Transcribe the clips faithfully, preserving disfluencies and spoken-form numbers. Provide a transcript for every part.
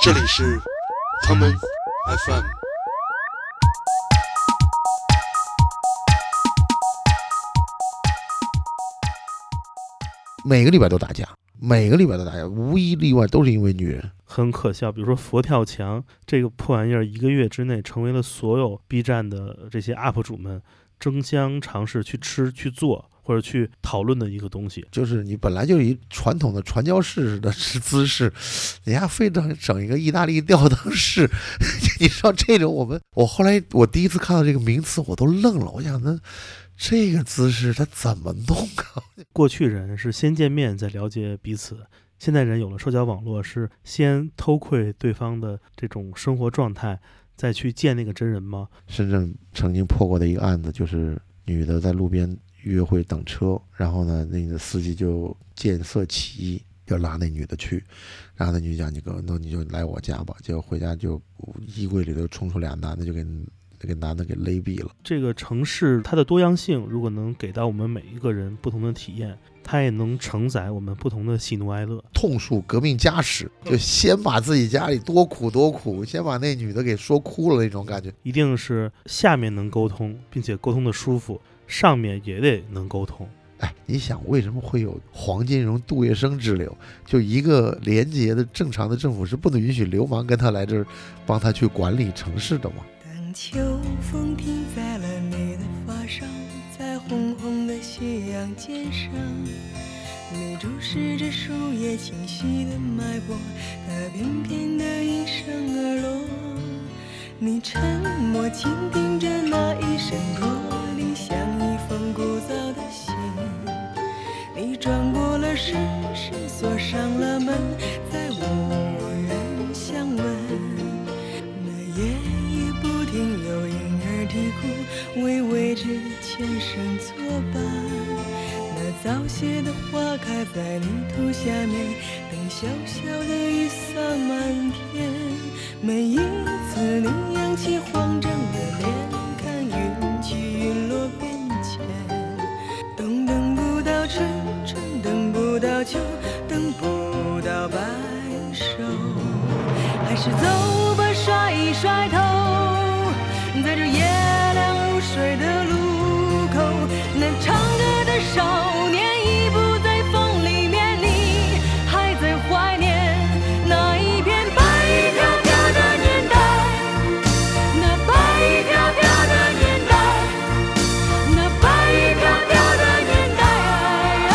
这里是他们 F M。 每个礼拜都打架，每个礼拜都打架，无一例外都是因为女人。 很可笑，比如说佛跳墙这个破玩意儿，一个月之内成为了所有 B 站的这些 U P 主们争相尝试去吃、去做或者去讨论的一个东西。 就是你本来就是一传统的传教士的姿势，你还非整整一个意大利吊灯式，你知道这种我们，我后来我第一次看到这个名词我都愣了，我想那这个姿势他怎么弄啊？ 过去人是先见面再了解彼此，现在人有了社交网络，是先偷窥对方的这种生活状态，再去见那个真人吗？ 深圳曾经破过的一个案子，就是女的在路边约会等车，然后呢，那个司机就见色起意，要拉那女的去，然后那女的讲：“你哥，那你就来我家吧。”结果回家就衣柜里头冲出俩男的，就给那个男的给勒毙了。 这个城市它的多样性，如果能给到我们每一个人不同的体验，它也能承载我们不同的喜怒哀乐。 痛述革命家史，就先把自己家里多苦多苦，先把那女的给说哭了那种感觉。 一定是下面能沟通，并且沟通的舒服，上面也得能沟通。 哎，你想为什么会有黄金荣、杜月笙之流？就一个廉洁的正常的政府是不能允许流氓跟他来这儿帮他去管理城市的吗？ 当秋风停在了你的发梢，在红红的夕阳肩上，你注视着树叶清晰的脉搏，它翩翩地应声而落。你沉默倾听着那一声驼铃，像一封古早的信。你转过了身，是锁上了门，再无人相问。那夜也不停有婴儿啼哭，微微着前生作伴。那早谢的花开在泥土下面，等小小的雨洒满天。每一次你扬起慌张的脸，看云起云落变迁。冬等不到春，春等不到秋，等不到白首。还是走吧，甩一甩头，在这夜凉如水的路口，那唱歌的少年已不在风里面，你还在怀念那一片白飘飘的年代，那白飘飘的年代，那白飘飘的年代，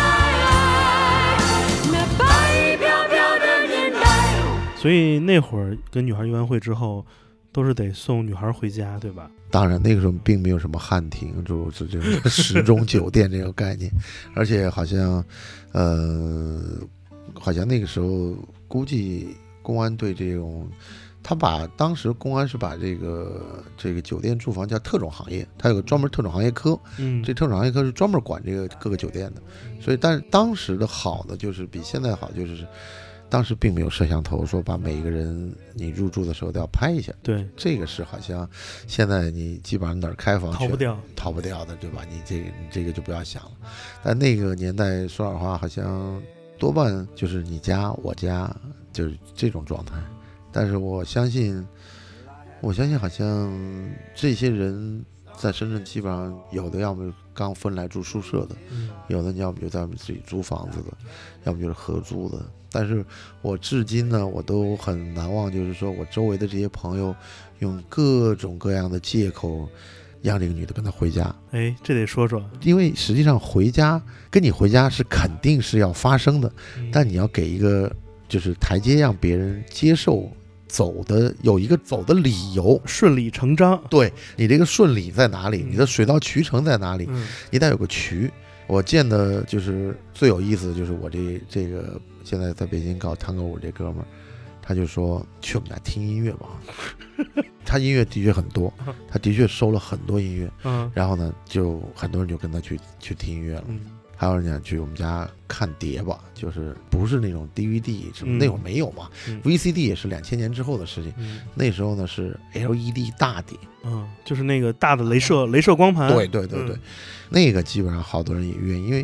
那白飘飘的年代。 所以那会儿跟女孩约完会之后，都是得送女孩回家，对吧？ 当然那个时候并没有什么汉庭，诸如此这个时钟酒店这个概念，而且好像呃好像那个时候估计公安对这种，他把当时公安是把这个这个酒店住房叫特种行业，他有个专门特种行业科， 嗯， 这特种行业科是专门管这个各个酒店的，所以但是当时的好的就是比现在好，就是当时并没有摄像头说把每一个人你入住的时候都要拍一下， 对， 这个是好像现在你基本上哪儿开房逃不掉， 逃不掉的，对吧？你这个你这个就不要想了。但那个年代说实话，好像多半就是你家我家就是这种状态。但是我相信，我相信好像这些人在深圳基本上有的要么刚分来住宿舍的， 嗯， 有的要么就在自己租房子的，要么就是合租的。但是我至今呢，我都很难忘，就是说我周围的这些朋友用各种各样的借口让这个女的跟他回家。 哎，这得说说， 因为实际上回家跟你回家是肯定是要发生的， 嗯， 但你要给一个就是台阶让别人接受，走的有一个走的理由， 顺理成章。 对，你这个顺理在哪里， 嗯， 你的水到渠成在哪里， 嗯， 你得有个渠。我见的就是最有意思的就是我这这个现在在北京搞探戈舞这哥们儿，他就说去我们家听音乐吧。他音乐的确很多，他的确收了很多音乐， 嗯， 然后呢就很多人就跟他去去听音乐了。 嗯， 还有人讲去我们家看碟吧，就是不是那种 D V D 什么， 嗯那会儿没有嘛， 嗯 V C D 也是两千年之后的事情， 嗯， 那时候呢是 L E D 大碟， 嗯，就是那个大的镭射镭射光盘。 对对对对， 嗯， 那个基本上好多人也愿意，因为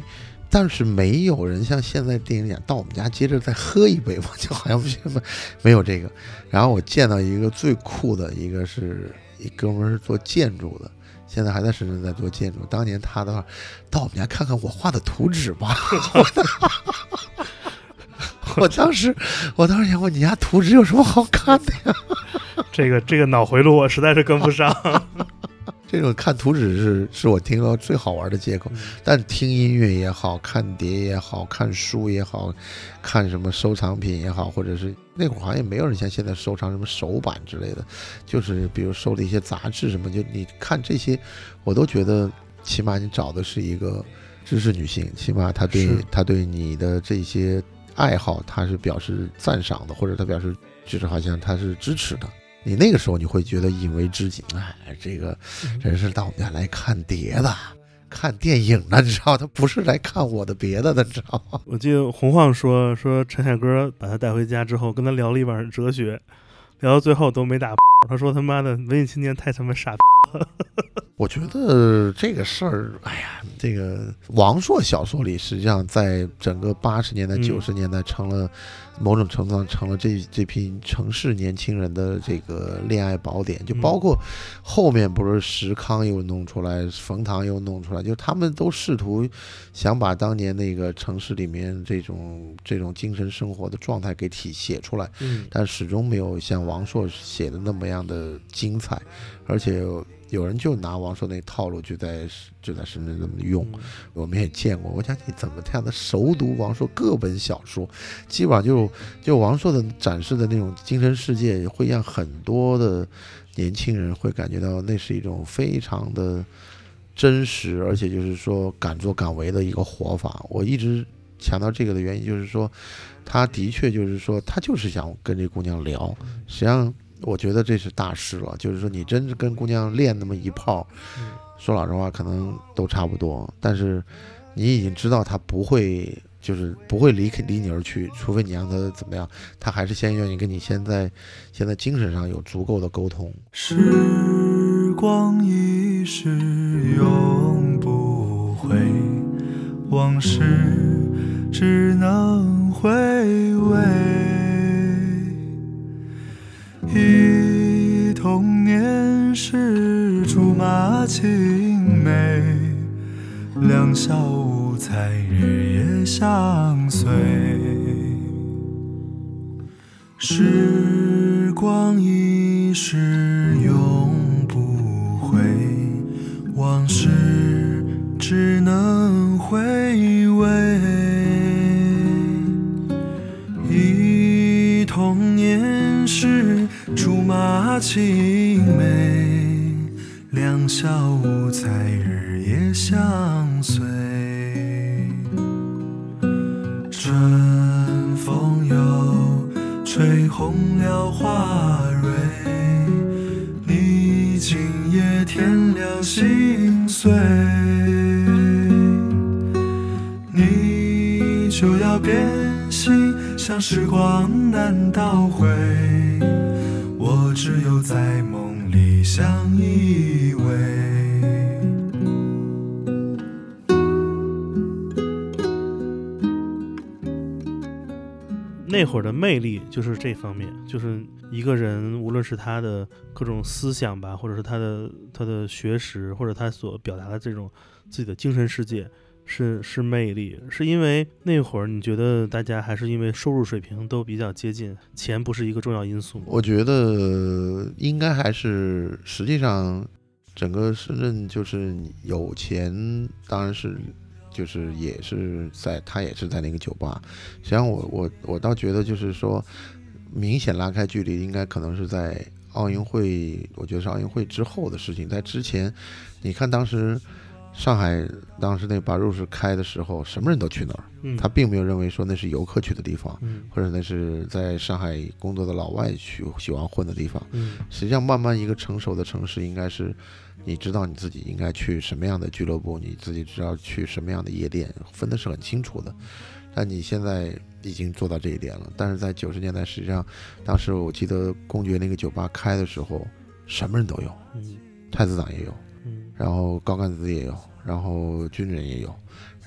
但是没有人像现在电影里讲到我们家接着再喝一杯嘛，就好像没没有这个。然后我见到一个最酷的一个是一哥们是做建筑的，现在还在深圳在做建筑。当年他的话，到我们家看看我画的图纸吧。我当时我当时想问你家图纸有什么好看的呀？ 这个这个脑回路我实在是跟不上。 这种看图纸是是我听到最好玩的借口，但听音乐也好，看碟也好，看书也好，看什么收藏品也好，或者是那会儿好像也没有人像现在收藏什么手版之类的，就是比如收的一些杂志什么，就你看这些，我都觉得起码你找的是一个知识女性，起码她对她对你的这些爱好，她是表示赞赏的，或者她表示就是好像她是支持的。你那个时候你会觉得引为知己，哎，这个人是到我们家来看碟的，看电影的，你知道，他不是来看我的别的的，你知道吗？ 我记得洪晃说说陈凯歌把他带回家之后，跟他聊了一晚上哲学，聊到最后都没打。他说他妈的文艺青年太他妈傻逼了。 我觉得这个事儿，哎呀，这个王朔小说里，实际上在整个八十年代、九十年代，成了、嗯、某种程度上成了这这批城市年轻人的这个恋爱宝典。就包括后面不是石康又弄出来，冯唐又弄出来，就他们都试图想把当年那个城市里面这种这种精神生活的状态给体写出来， 嗯， 但始终没有像王朔写的那么样的精彩，而且。有人就拿王朔那套路就在就在深圳这么用，我们也见过。我想你怎么这样的熟读王朔各本小说，基本上就就王朔的展示的那种精神世界，会让很多的年轻人会感觉到那是一种非常的真实，而且就是说敢作敢为的一个活法。我一直强调这个的原因就是说，他的确就是说他就是想跟这姑娘聊，实际上。我觉得这是大事了，就是说你真是跟姑娘练那么一炮，说老实话可能都差不多，但是你已经知道她不会，就是不会离离你而去，除非你让她怎么样，她还是先愿意跟你现在现在精神上有足够的沟通。 时光一逝永不回，往事只能回味。忆童年时竹马青梅，两小无猜日夜相随。时光一逝永不回，往事只能回味。忆童年时竹马青梅，两小无猜日夜相随。春风又吹红了花蕊，你今夜添了心碎，你就要变心，像时光难倒回，我只有在梦里相依偎。 那会儿的魅力就是这方面，就是一个人无论是他的各种思想吧，或者是他的他的学识，或者他所表达的这种自己的精神世界，是是魅力，是因为那会儿你觉得大家还是因为收入水平都比较接近，钱不是一个重要因素吗？ 我觉得应该还是，实际上整个深圳就是有钱，当然是就是也是在他也是在那个酒吧。实际上我我我倒觉得就是说，明显拉开距离，应该可能是在奥运会，我觉得是奥运会之后的事情。在之前，你看当时。上海当时那巴入是开的时候，什么人都去那儿、嗯，他并没有认为说那是游客去的地方、嗯，或者那是在上海工作的老外去喜欢混的地方。嗯，实际上慢慢一个成熟的城市，应该是你知道你自己应该去什么样的俱乐部，你自己知道去什么样的夜店，分的是很清楚的。但你现在已经做到这一点了，但是在九十年代，实际上当时我记得公爵那个酒吧开的时候，什么人都有，嗯、太子党也有。然后高干子也有，然后军人也有，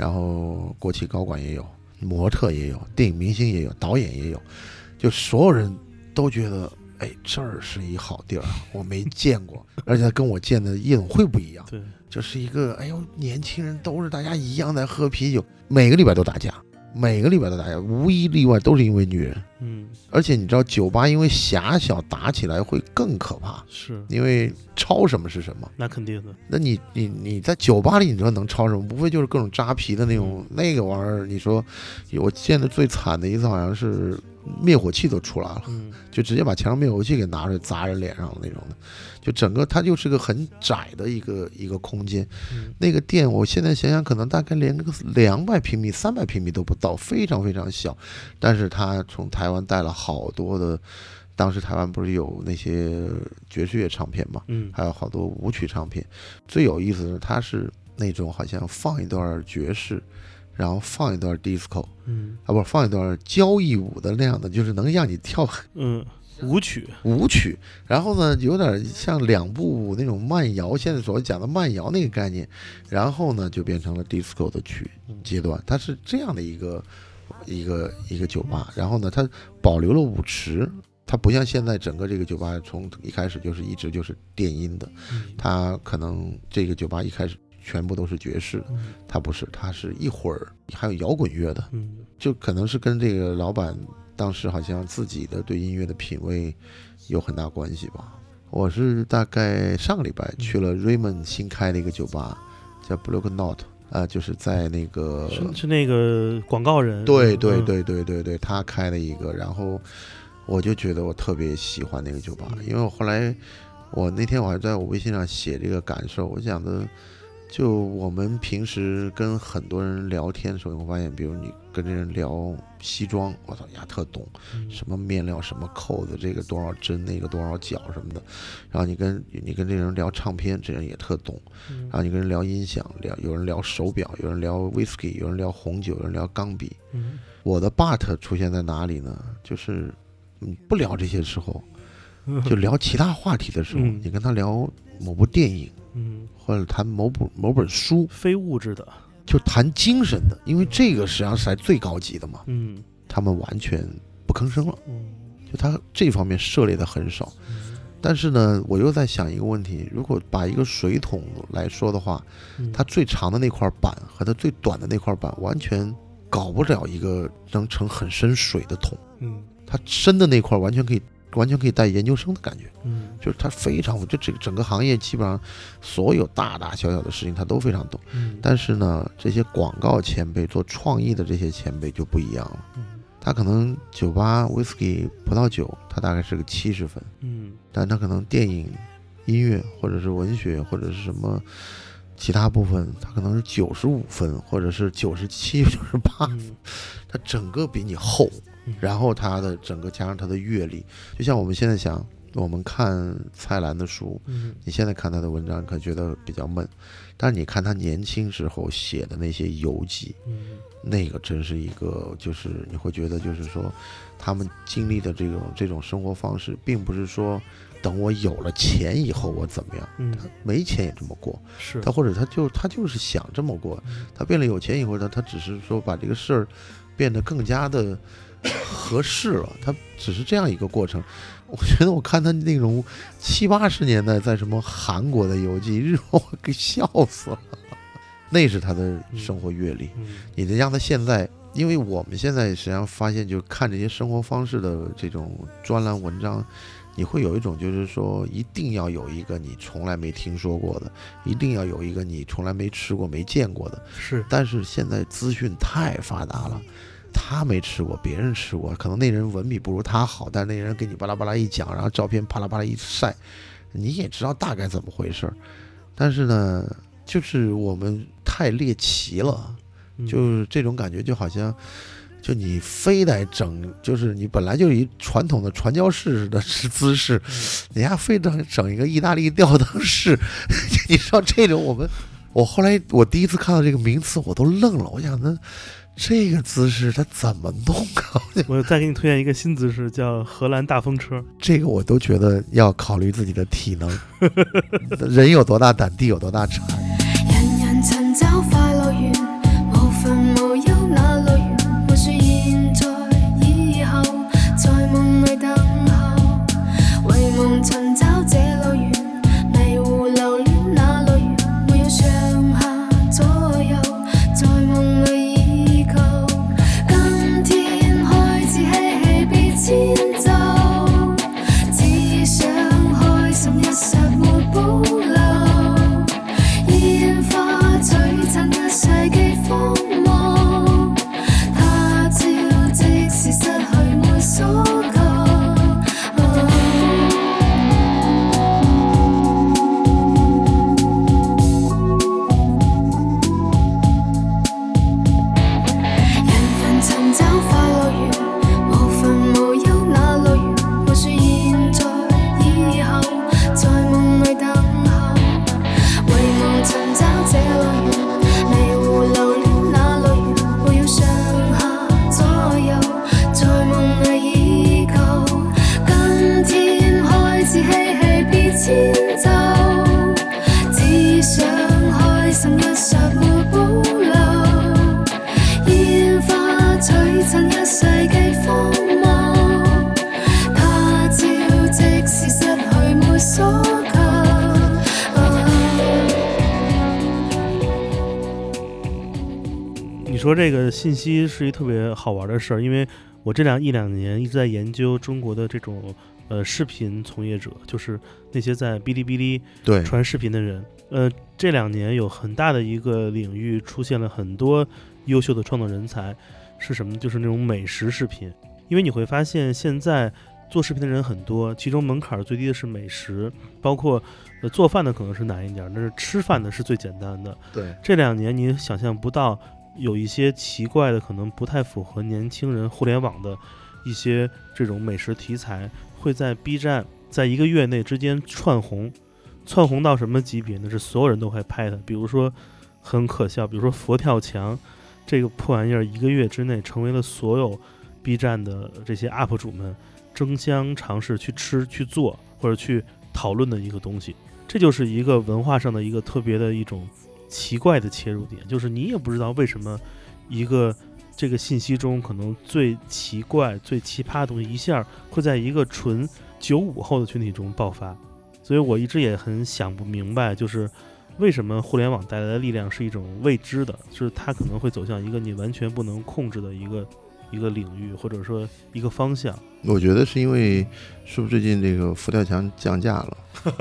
然后国企高管也有，模特也有，电影明星也有，导演也有，就所有人都觉得，哎，这儿是一好地儿，我没见过，而且跟我见的夜总会不一样。 对， 就是一个，哎呦，年轻人都是大家一样在喝啤酒，每个礼拜都打架，每个礼拜都打架，无一例外都是因为女人。 嗯， 而且你知道，酒吧因为狭小，打起来会更可怕， 是因为抄什么是什么。 那肯定的。 那你你你在酒吧里，你知道能抄什么？无非就是各种扎啤的那种、嗯、那个玩意儿。你说，我见的最惨的一次好像是灭火器都出来了， 嗯、 就直接把墙上灭火器给拿出来砸人脸上了那种的。就整个它就是个很窄的一个一个空间、 嗯。 那个店，我现在想想，可能大概连个两百平米、三百平米都不到，非常非常小。但是它从台湾带了好多的，当时台湾不是有那些爵士乐唱片嘛， 嗯， 还有好多舞曲唱片。最有意思的，它是那种好像放一段爵士，然后放一段 disco， 嗯， 啊，不是放一段交谊舞的那样的，就是能让你跳， 嗯，舞曲， 舞曲。然后呢，有点像两步舞那种慢摇，现在所讲的慢摇那个概念。然后呢，就变成了 disco 的曲阶段，它是这样的一个。一个一个酒吧，然后呢，它保留了舞池，它不像现在整个这个酒吧从一开始就是一直就是电音的，它可能这个酒吧一开始全部都是爵士的，它不是，它是一会儿还有摇滚乐的，就可能是跟这个老板当时好像自己的对音乐的品味有很大关系吧。我是大概上个礼拜去了 Raymond 新开的一个酒吧，叫 Blue Note。呃，就是在那个是是那个广告人， 对对对对对对，他开了一个，然后我就觉得我特别喜欢那个酒吧，因为我后来我那天我还在我微信上写这个感受，我想的就我们平时跟很多人聊天的时候，你会发现，比如你跟这人聊西装，我操呀特懂，什么面料什么扣子，这个多少针，那个多少角什么的。然后你跟你跟这人聊唱片，这人也特懂。然后你跟人聊音响，聊有人聊手表，有人聊 whisky， 有人聊红酒，有人聊钢笔。我的 but 出现在哪里呢？就是你不聊这些时候，就聊其他话题的时候，你跟他聊某部电影。嗯，或者谈某本某本书， 非物质的， 就谈精神的，因为这个实际上是最高级的嘛。 嗯， 他们完全不吭声了。 嗯， 就他这方面涉猎的很少。嗯，但是呢，我又在想一个问题：如果把一个水桶来说的话，嗯，它最长的那块板和它最短的那块板完全搞不了一个能盛很深水的桶。 嗯， 它深的那块完全可以。完全可以带研究生的感觉， 嗯， 就是他非常，就整整个行业基本上所有大大小小的事情他都非常懂， 嗯， 但是呢，这些广告前辈做创意的这些前辈就不一样了， 嗯， 他可能酒吧 whisky 葡萄酒他大概是个七十分， 嗯， 但他可能电影、音乐或者是文学或者是什么其他部分，他可能是九十五分或者是九十七、九十八分，他整个比你厚。然后他的整个加上他的阅历，就像我们现在想，我们看蔡澜的书， 嗯， 你现在看他的文章可能觉得比较闷，但是你看他年轻时候写的那些游记， 嗯， 那个真是一个，就是你会觉得就是说，他们经历的这种这种生活方式，并不是说等我有了钱以后我怎么样， 嗯， 他没钱也这么过， 是他或者他就他就是想这么过，他变了有钱以后呢，他只是说把这个事儿变得更加的。合适了，它只是这样一个过程。我觉得我看他那种七八十年代在什么韩国的游记，日我给笑死了。那是他的生活阅历， 嗯、 你得让他现在，因为我们现在实际上发现，就看这些生活方式的这种专栏文章，你会有一种就是说，一定要有一个你从来没听说过的，一定要有一个你从来没吃过、没见过的。 是， 但是现在资讯太发达了。他没吃过，别人吃过，可能那人文笔不如他好，但那人给你巴拉巴拉一讲，然后照片啪啦啪啦一晒，你也知道大概怎么回事。但是呢，就是我们太猎奇了，就是这种感觉，就好像就你非得整，就是你本来就是一传统的传教士的姿势，你还非得整一个意大利吊灯式，你知道这种我们，我后来我第一次看到这个名词我都愣了，我想呢。这个姿势他怎么弄啊？ 我再给你推荐一个新姿势，叫荷兰大风车。 这个我都觉得要考虑自己的体能，人有多大胆，地有多大产。 人人尋找快樂園，無说这个信息是一特别好玩的事儿，因为我这两一两年一直在研究中国的这种呃视频从业者，就是那些在哔哩哔哩对传视频的人。呃，这两年有很大的一个领域出现了很多优秀的创作人才，是什么？就是那种美食视频。因为你会发现现在做视频的人很多，其中门槛最低的是美食，包括呃做饭的可能是难一点，但是吃饭的是最简单的。 对， 这两年你想象不到有一些奇怪的，可能不太符合年轻人互联网的一些这种美食题材，会在 B 站在一个月内之间窜红。窜红到什么级别呢？是所有人都会拍它。比如说很可笑，比如说佛跳墙这个破玩意儿，一个月之内成为了所有 B 站的这些 U P 主们争相尝试去吃、去做或者去讨论的一个东西。这就是一个文化上的一个特别的一种奇怪的切入点，就是你也不知道为什么一个这个信息中可能最奇怪、最奇葩的东西一下会在一个纯九五后的群体中爆发。所以我一直也很想不明白，就是为什么互联网带来的力量是一种未知的，就是它可能会走向一个你完全不能控制的一个一个领域，或者说一个方向。 我觉得是因为是不是最近这个佛跳墙降价了？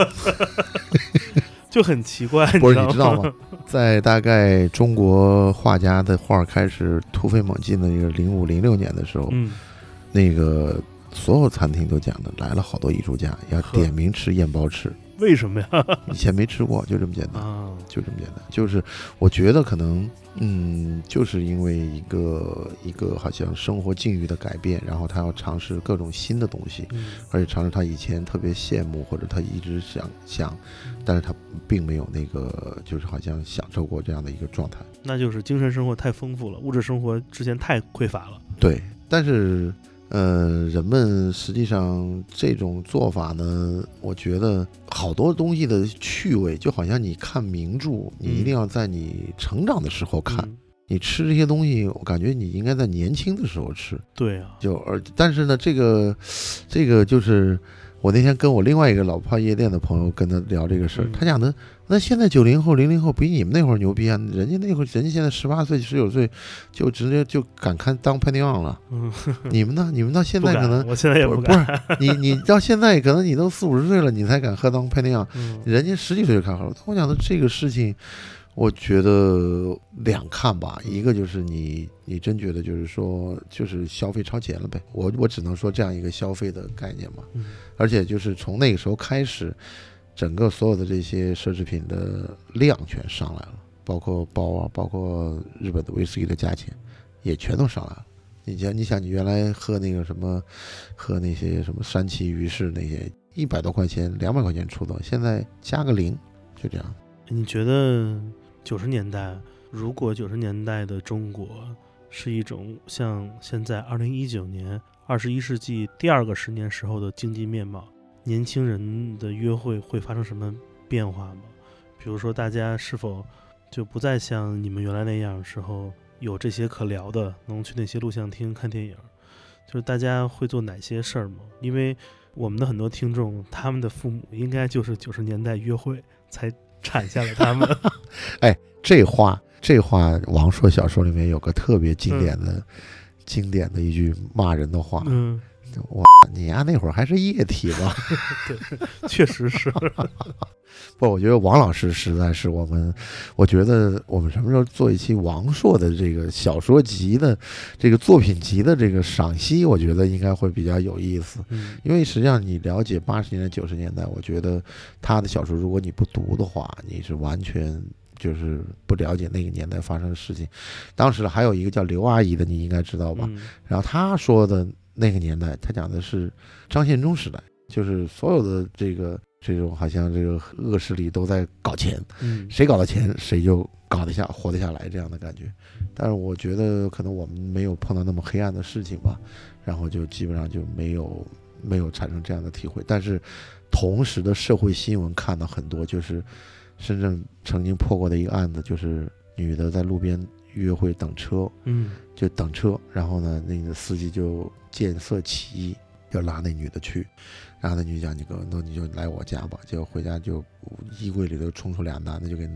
就很奇怪， 不是你你知道吗？在大概中国画家的画开始突飞猛进的那个零五零六年的时候， 嗯， 那个所有餐厅都讲的来了好多艺术家，要点名吃燕包翅。 为什么呀？ 以前没吃过，就这么简单啊， 就这么简单。就是我觉得可能，嗯，就是因为一个一个好像生活境遇的改变，然后他要尝试各种新的东西， 嗯， 而且尝试他以前特别羡慕或者他一直想想，但是他并没有那个就是好像享受过这样的一个状态。 那就是精神生活太丰富了，物质生活之前太匮乏了。 对，但是。呃，人们实际上这种做法呢，我觉得好多东西的趣味，就好像你看名著，你一定要在你成长的时候看。嗯、你吃这些东西，我感觉你应该在年轻的时候吃。 对啊， 就而但是呢，这个这个就是我那天跟我另外一个老泡夜店的朋友跟他聊这个事儿，嗯、他讲的。那现在九零后、零零后比你们那会儿牛逼啊！人家那会儿，人家现在十八岁、十九岁就直接就敢看当拍电影了。嗯，你们呢？你们到现在可能， 我现在也不敢。 不是你，你到现在可能你都四五十岁了，你才敢喝当拍电影。 嗯， 人家十几岁就看好了。我讲的这个事情，我觉得两看吧。一个就是你，你真觉得就是说，就是消费超前了呗。我我只能说这样一个消费的概念嘛。 嗯， 而且就是从那个时候开始。整个所有的这些奢侈品的量全上来了，包括包啊，包括日本的威士忌的价钱也全都上来了。你想，你想，你原来喝那个什么，喝那些什么山崎鱼市那些一百多块钱、两百块钱出头，现在加个零，就这样。 你觉得九十年代，如果九十年代的中国是一种像现在二零一九年二十一世纪第二个十年时候的经济面貌？年轻人的约会会发生什么变化吗？比如说大家是否就不再像你们原来那样时候有这些可聊的，能去那些录像厅看电影，就是大家会做哪些事儿吗？因为我们的很多听众，他们的父母应该就是九十年代约会才产下了他们。 哎，这话这话王朔小说里面有个特别经典的、嗯、经典的一句骂人的话。 嗯， 我你呀、啊，那会儿还是液体吧？ 对，确实是。 不，我觉得王老师实在是我们，我觉得我们什么时候做一期王朔的这个小说集的这个作品集的这个赏析，我觉得应该会比较有意思。 嗯， 因为实际上你了解八十年代、九十年代，我觉得他的小说，如果你不读的话，你是完全就是不了解那个年代发生的事情。当时还有一个叫刘阿姨的，你应该知道吧？ 嗯、 然后他说的。那个年代，他讲的是张献忠时代，就是所有的这个这种好像这个恶势力都在搞钱， 嗯， 谁搞到钱谁就搞得下活得下来这样的感觉。但是我觉得可能我们没有碰到那么黑暗的事情吧，然后就基本上就没有没有产生这样的体会。但是同时的社会新闻看到很多，就是深圳曾经破过的一个案子，就是女的在路边约会等车， 嗯， 就等车，然后呢，那个司机就见色起意，要拉那女的去，然后那女的讲：“你哥，那你就来我家吧。”结果回家就衣柜里头冲出俩男的，就给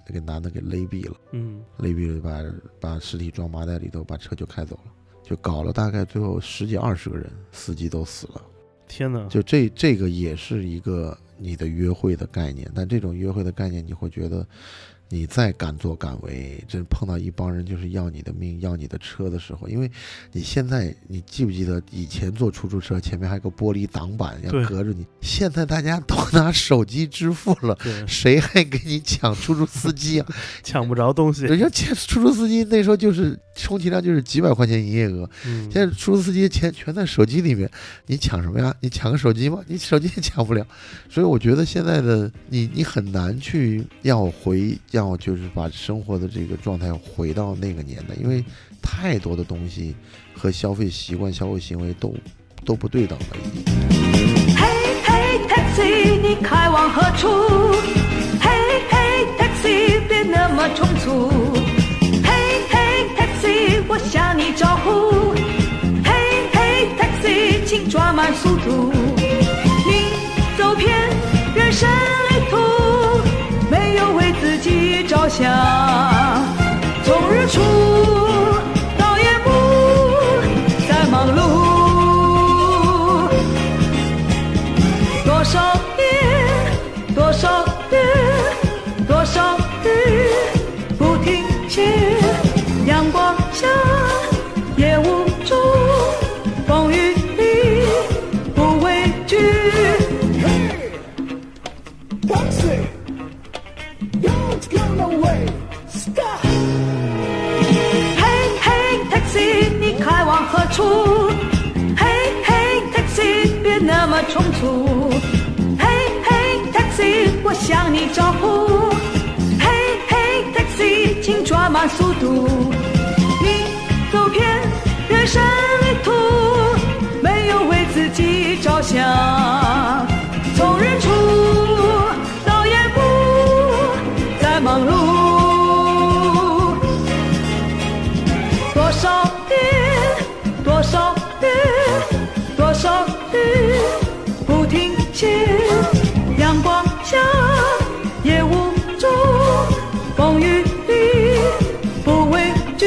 那个男的给勒毙了， 嗯， 勒毙了把把尸体装麻袋里头，把车就开走了，就搞了大概最后十几二十个人，司机都死了。 天哪！ 就这这个也是一个你的约会的概念，但这种约会的概念，你会觉得你再敢作敢为，真碰到一帮人就是要你的命要你的车的时候，因为你现在你记不记得以前坐出租车前面还有个玻璃挡板要隔着你，现在大家都拿手机支付了，谁还给你抢出租司机啊？ 抢不着东西。 人家出租司机那时候就是充其量就是几百块钱营业额， 嗯、 现在出租司机钱全在手机里面，你抢什么呀？你抢个手机吗？你手机也抢不了。所以我觉得现在的你你很难去要回要就是把生活的这个状态回到那个年代，因为太多的东西和消费习惯消费行为都都不对等了已经。 嘿嘿 taxi 你开往何处？嘿嘿 taxi 别那么匆促，嘿嘿 taxi 我向你招呼，嘿嘿 taxi 请抓慢速度，你走遍人生旅途，没有为自己着想，从日出到夜幕在忙碌，多少夜多少夜多少日不停歇，阳光下夜雾中风雨里不畏惧。嘿嘿 taxi 你开往何处？嘿嘿 taxi 别那么匆促，嘿嘿 taxi 我向你招呼，嘿嘿 taxi 请抓慢速度，你走遍人生旅途，没有为自己着想，从日出到夜幕在忙碌，多少夜多少夜多少日不停歇，阳光下夜雾中风雨里不畏惧。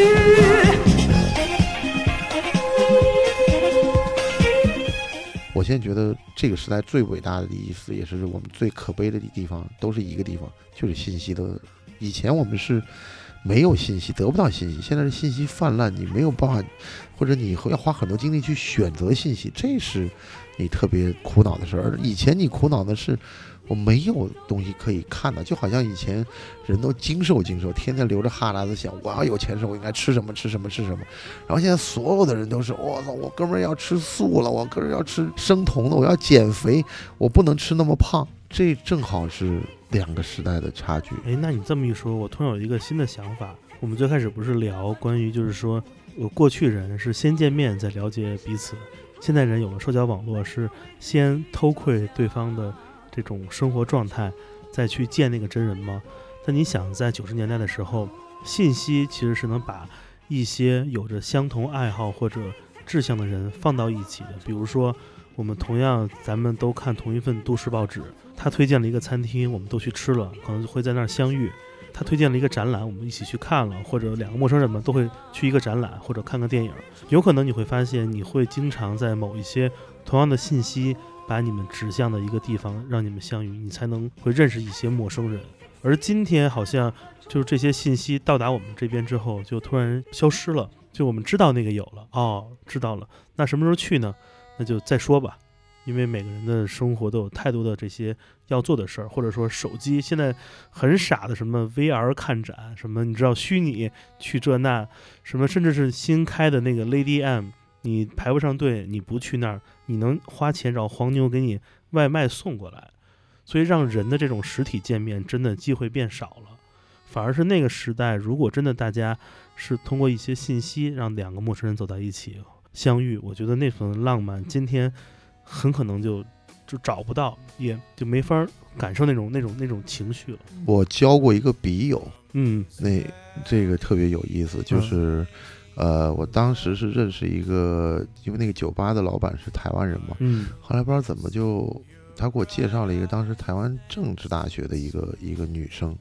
我现在觉得这个时代最伟大的意思，也是我们最可悲的地方，都是一个地方，就是信息的。以前我们是没有信息，得不到信息，现在是信息泛滥，你没有办法，或者你要花很多精力去选择信息，这是你特别苦恼的事儿。而以前你苦恼的是我没有东西可以看的，就好像以前人都精瘦精瘦，天天流着哈喇子想我要有钱时我应该吃什么吃什么吃什么，然后现在所有的人都是我操，我哥们儿要吃素了，我哥们儿要吃生酮的，我要减肥，我不能吃那么胖，这正好是两个时代的差距。 哎，那你这么一说，我突然有一个新的想法。我们最开始不是聊关于就是说我过去人是先见面再了解彼此，现在人有了社交网络是先偷窥对方的这种生活状态再去见那个真人吗？但你想在九十年代的时候，信息其实是能把一些有着相同爱好或者志向的人放到一起的。比如说我们同样咱们都看同一份都市报纸，他推荐了一个餐厅，我们都去吃了，可能会在那儿相遇。他推荐了一个展览，我们一起去看了，或者两个陌生人们都会去一个展览或者看个电影。有可能你会发现你会经常在某一些同样的信息把你们指向的一个地方让你们相遇，你才能会认识一些陌生人。而今天好像就是这些信息到达我们这边之后就突然消失了，就我们知道那个有了，哦，知道了，那什么时候去呢？那就再说吧。因为每个人的生活都有太多的这些要做的事儿，或者说手机现在很傻的什么 V R 看展，什么你知道虚拟去这那，什么甚至是新开的那个 Lady M， 你排不上队，你不去那儿，你能花钱找黄牛给你外卖送过来，所以让人的这种实体见面真的机会变少了。反而是那个时代，如果真的大家是通过一些信息让两个陌生人走到一起相遇，我觉得那份浪漫今天很可能就就找不到，也就没法感受那种那种那种情绪了。 我交过一个笔友， 嗯， 那这个特别有意思，就是、嗯、呃，我当时是认识一个，因为那个酒吧的老板是台湾人嘛， 嗯， 后来不知道怎么就他给我介绍了一个当时台湾政治大学的一个一个女生，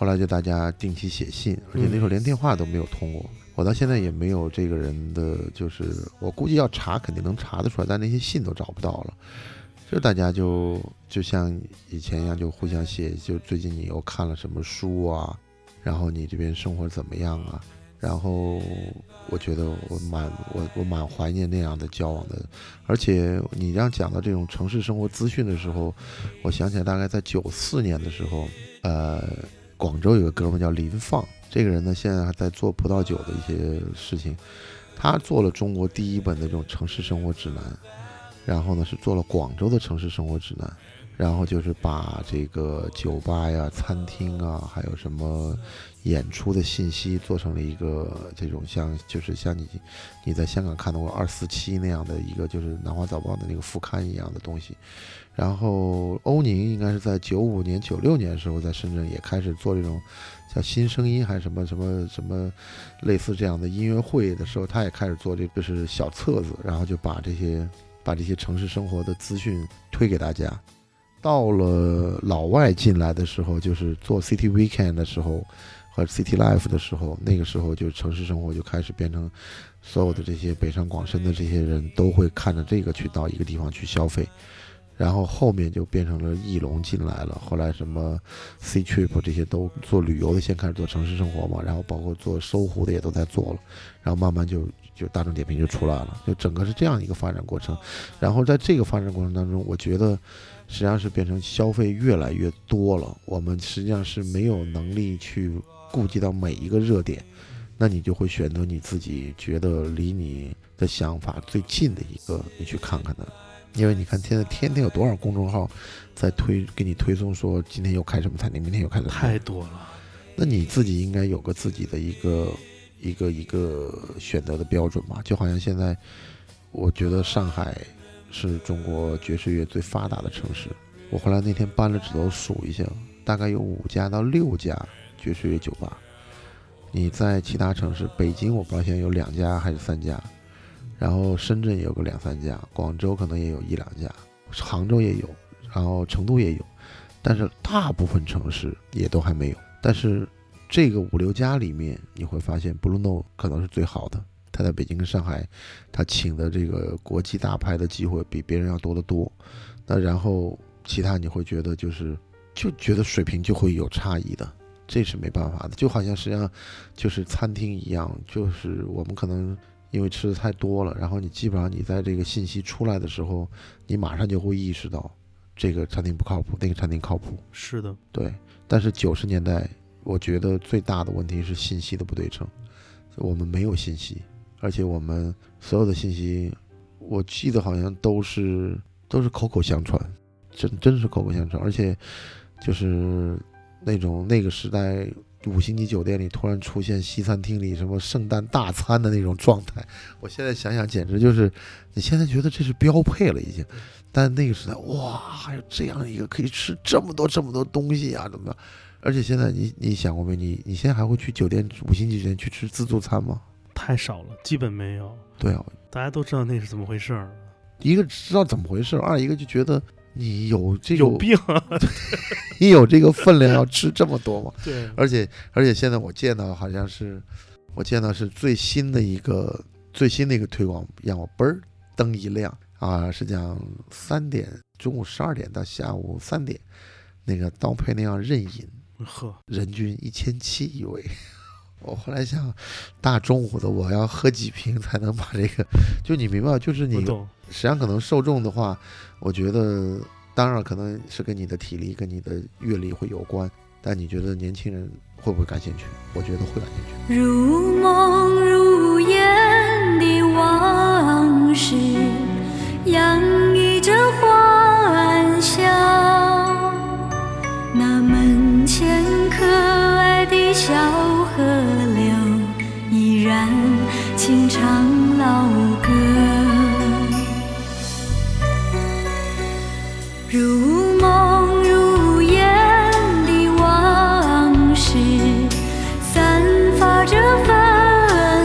后来就大家定期写信，而且那时候连电话都没有通过。我到现在也没有这个人的，就是我估计要查肯定能查得出来，但那些信都找不到了。就大家就就像以前一样，就互相写，就最近你又看了什么书啊，然后你这边生活怎么样啊？然后我觉得我蛮我我蛮怀念那样的交往的。而且你让讲到这种城市生活资讯的时候，我想起来大概在九四年的时候，呃，广州有个哥们叫林放，这个人呢现在还在做葡萄酒的一些事情，他做了中国第一本的这种城市生活指南。然后呢，是做了广州的城市生活指南，然后就是把这个酒吧呀、餐厅啊，还有什么演出的信息做成了一个这种像，就是像你你在香港看到过二四七那样的一个，就是南华早报的那个副刊一样的东西。然后欧宁应该是在九五年、九六年的时候，在深圳也开始做这种叫新声音还是什么什么什么类似这样的音乐会的时候，他也开始做这就是小册子，然后就把这些。把这些城市生活的资讯推给大家。到了老外进来的时候，就是做 City Weekend 的时候和 City Life 的时候，那个时候就城市生活就开始变成所有的这些北上广深的这些人都会看着这个去到一个地方去消费。然后后面就变成了艺龙进来了，后来什么 C Trip 这些都做旅游的，先开始做城市生活嘛，然后包括做搜狐的也都在做了，然后慢慢就就大众点评就出来了，就整个是这样一个发展过程。然后在这个发展过程当中，我觉得实际上是变成消费越来越多了，我们实际上是没有能力去顾及到每一个热点，那你就会选择你自己觉得离你的想法最近的一个你去看看的。因为你看现在天天有多少公众号在推给你推送说今天又开什么餐厅，明天又开什么餐厅， 太多了。 那你自己应该有个自己的一个一个一个选择的标准吧。就好像现在我觉得上海是中国爵士乐最发达的城市，我后来那天搬了指头数一下，大概有五家到六家爵士乐酒吧。你在其他城市，北京我不知道现在有两家还是三家，然后深圳也有个两三家，广州可能也有一两家，杭州也有，然后成都也有，但是大部分城市也都还没有。但是这个五六家里面，你会发现 Blue Note 可能是最好的，他在北京跟上海，他请的这个国际大牌的机会比别人要多得多。那然后其他你会觉得就是就觉得水平就会有差异的，这是没办法的。就好像实际上就是餐厅一样，就是我们可能因为吃的太多了，然后你基本上你在这个信息出来的时候，你马上就会意识到这个餐厅不靠谱，那个餐厅靠谱。 是的， 对。但是九十年代我觉得最大的问题是信息的不对称，我们没有信息，而且我们所有的信息我记得好像都是都是口口相传，真真是口口相传。而且就是那种那个时代五星级酒店里突然出现西餐厅里什么圣诞大餐的那种状态，我现在想想简直就是你现在觉得这是标配了已经，但那个时代哇还有这样一个可以吃这么多这么多东西啊怎么样。而且现在你你想过没，你你现在还会去酒店五星级酒店去吃自助餐吗？ 太少了，基本没有。 对啊， 大家都知道那是怎么回事儿， 一个知道怎么回事，二一个就觉得你有这个有病啊你有这个分量要吃这么多吗？ 对， 而且而且现在我见到好像是我见到是最新的一个最新的一个推广，让我嘣儿灯一亮啊，是讲三点中午十二点到下午三点，那个刀配那样任饮， 呵， 人均一千七一位。我后来想，大中午的我要喝几瓶才能把这个，就你明白，就是你实际上可能受众的话，我觉得当然可能是跟你的体力跟你的阅历会有关，但你觉得年轻人会不会感兴趣？我觉得会感兴趣。 如梦如烟的往事洋溢着欢笑，那门前可爱的小河流依然轻唱老歌，如梦如烟的往事散发着芬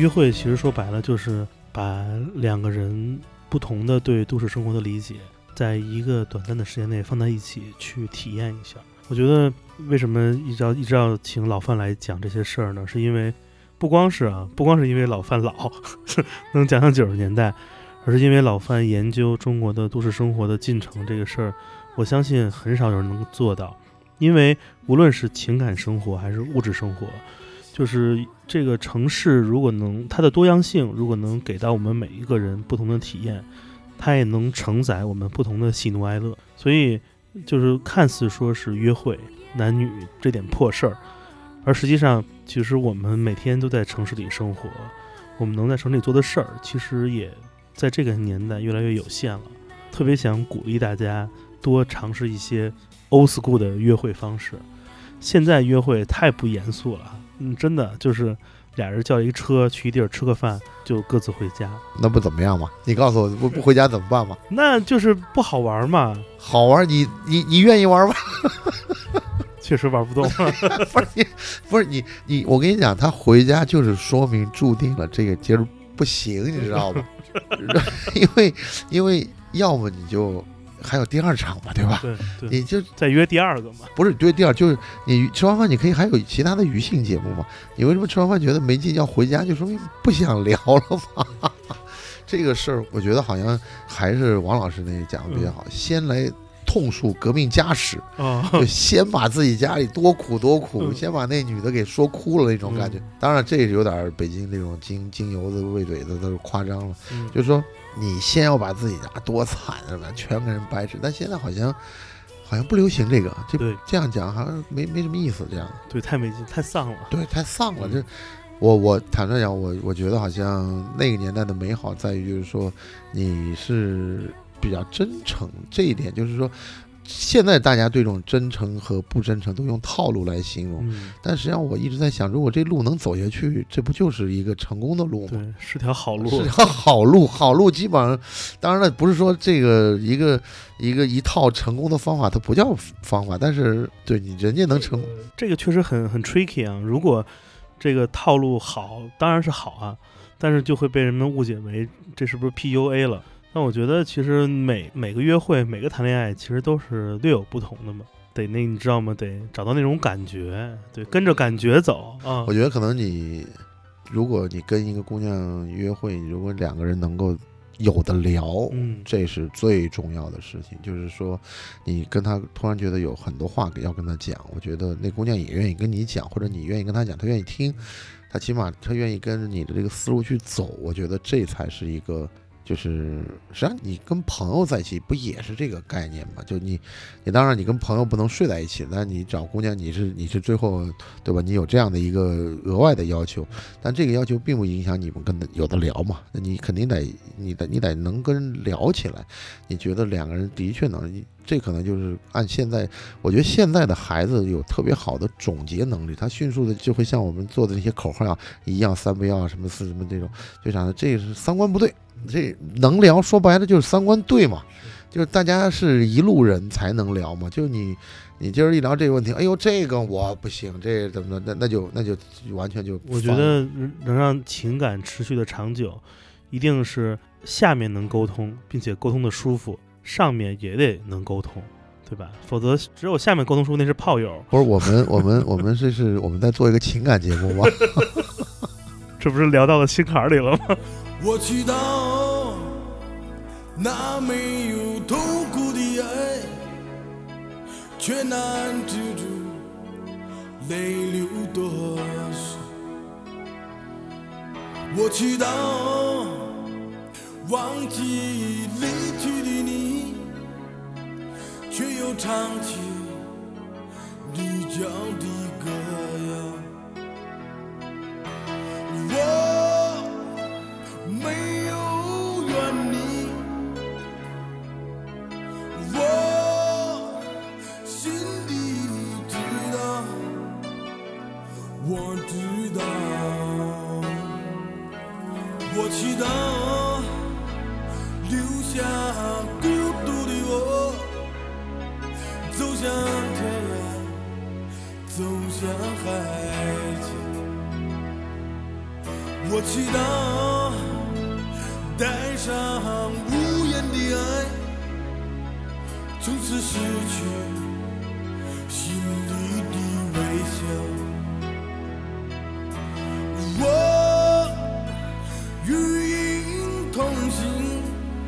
约会其实说白了就是把两个人不同的对都市生活的理解，在一个短暂的时间内放在一起去体验一下。我觉得为什么一直要一直要请老范来讲这些事儿呢？是因为不光是啊，不光是因为老范老能讲讲九十年代，而是因为老范研究中国的都市生活的进程这个事儿，我相信很少有人能做到。因为无论是情感生活还是物质生活，就是这个城市如果能它的多样性如果能给到我们每一个人不同的体验，它也能承载我们不同的喜怒哀乐。所以就是看似说是约会男女这点破事儿，而实际上其实我们每天都在城市里生活，我们能在城市里做的事儿其实也在这个年代越来越有限了。特别想鼓励大家多尝试一些 old school 的约会方式。现在约会太不严肃了，嗯，真的就是俩人叫一个车去一地儿吃个饭就各自回家， 那不怎么样吗？你告诉我不不回家怎么办吗？ 那就是不好玩嘛。 好玩，你你你愿意玩吗？ 确实玩不动。 不是你，不是你你，我跟你讲，他回家就是说明注定了这个节儿不行，你知道吗？因为因为要么你就还有第二场嘛，对吧？ 对对， 你就再约第二个嘛。 不是约第二，就是你吃完饭你可以还有其他的娱性节目嘛。你为什么吃完饭觉得没劲要回家，就说明不想聊了嘛。这个事儿我觉得好像还是王老师那个讲的比较好，嗯、先来痛述革命家史， 哦、 就先把自己家里多苦多苦，嗯、先把那女的给说哭了那种感觉。嗯、当然这是有点北京那种京京油的喂嘴的都是夸张了，嗯、就是说你先要把自己家多惨是吧，全给人掰扯。但现在好像好像不流行这个，这这样讲好像没没什么意思，这样对，太没劲，太丧了， 对，太丧了。嗯、这我我坦率讲，我我觉得好像那个年代的美好在于，就是说你是比较真诚，这一点就是说，现在大家对这种真诚和不真诚都用套路来形容，嗯、但实际上我一直在想，如果这路能走下去，这不就是一个成功的路吗？ 对，是条好路， 是条好路，好路基本上，当然了，不是说这个一个一个一套成功的方法，它不叫方法，但是对你人家能成功， 这个确实很很 tricky 啊。如果这个套路好，当然是好啊，但是就会被人们误解为这是不是 P U A 了？那我觉得其实每每个约会每个谈恋爱其实都是略有不同的嘛，得那你知道吗？得找到那种感觉，对，跟着感觉走啊。 我觉得可能你如果你跟一个姑娘约会，如果两个人能够有的聊， 嗯， 这是最重要的事情。就是说你跟她突然觉得有很多话要跟她讲，我觉得那姑娘也愿意跟你讲，或者你愿意跟她讲，她愿意听，她起码她愿意跟着你的这个思路去走，我觉得这才是一个，就是实际上你跟朋友在一起不也是这个概念吗？就你你当然你跟朋友不能睡在一起，但你找姑娘你是你是最后对吧，你有这样的一个额外的要求，但这个要求并不影响你们跟有的聊嘛，那你肯定得你得你得能跟人聊起来，你觉得两个人的确能，这可能就是按现在我觉得现在的孩子有特别好的总结能力，他迅速的就会像我们做的那些口号啊一样，三不要什么四什么这种，就想着这是三观不对，这能聊说白了就是三观对嘛，就是大家是一路人才能聊嘛，就你你今儿一聊这个问题，哎呦这个我不行，这怎么那那就那就完全就， 我觉得能让情感持续的长久，一定是下面能沟通，并且沟通的舒服，上面也得能沟通，对吧？否则只有下面沟通舒服那是炮友。 不是我们我们我们这是我们在做一个情感节目吗？ 这不是聊到了心坎里了吗？ 我知道那没有痛苦的爱，却难止住泪流多少。我知道忘记离去的你，却又唱起离教的歌谣。我没有怨你，我心里知道，我知道，我祈祷留下孤独的我，走向天涯，走向海角。 我祈祷带上无言的爱，从此失去心里的微笑。我与鹰同行，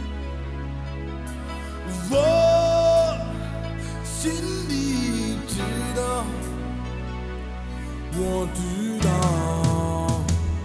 我心里知道，我知道。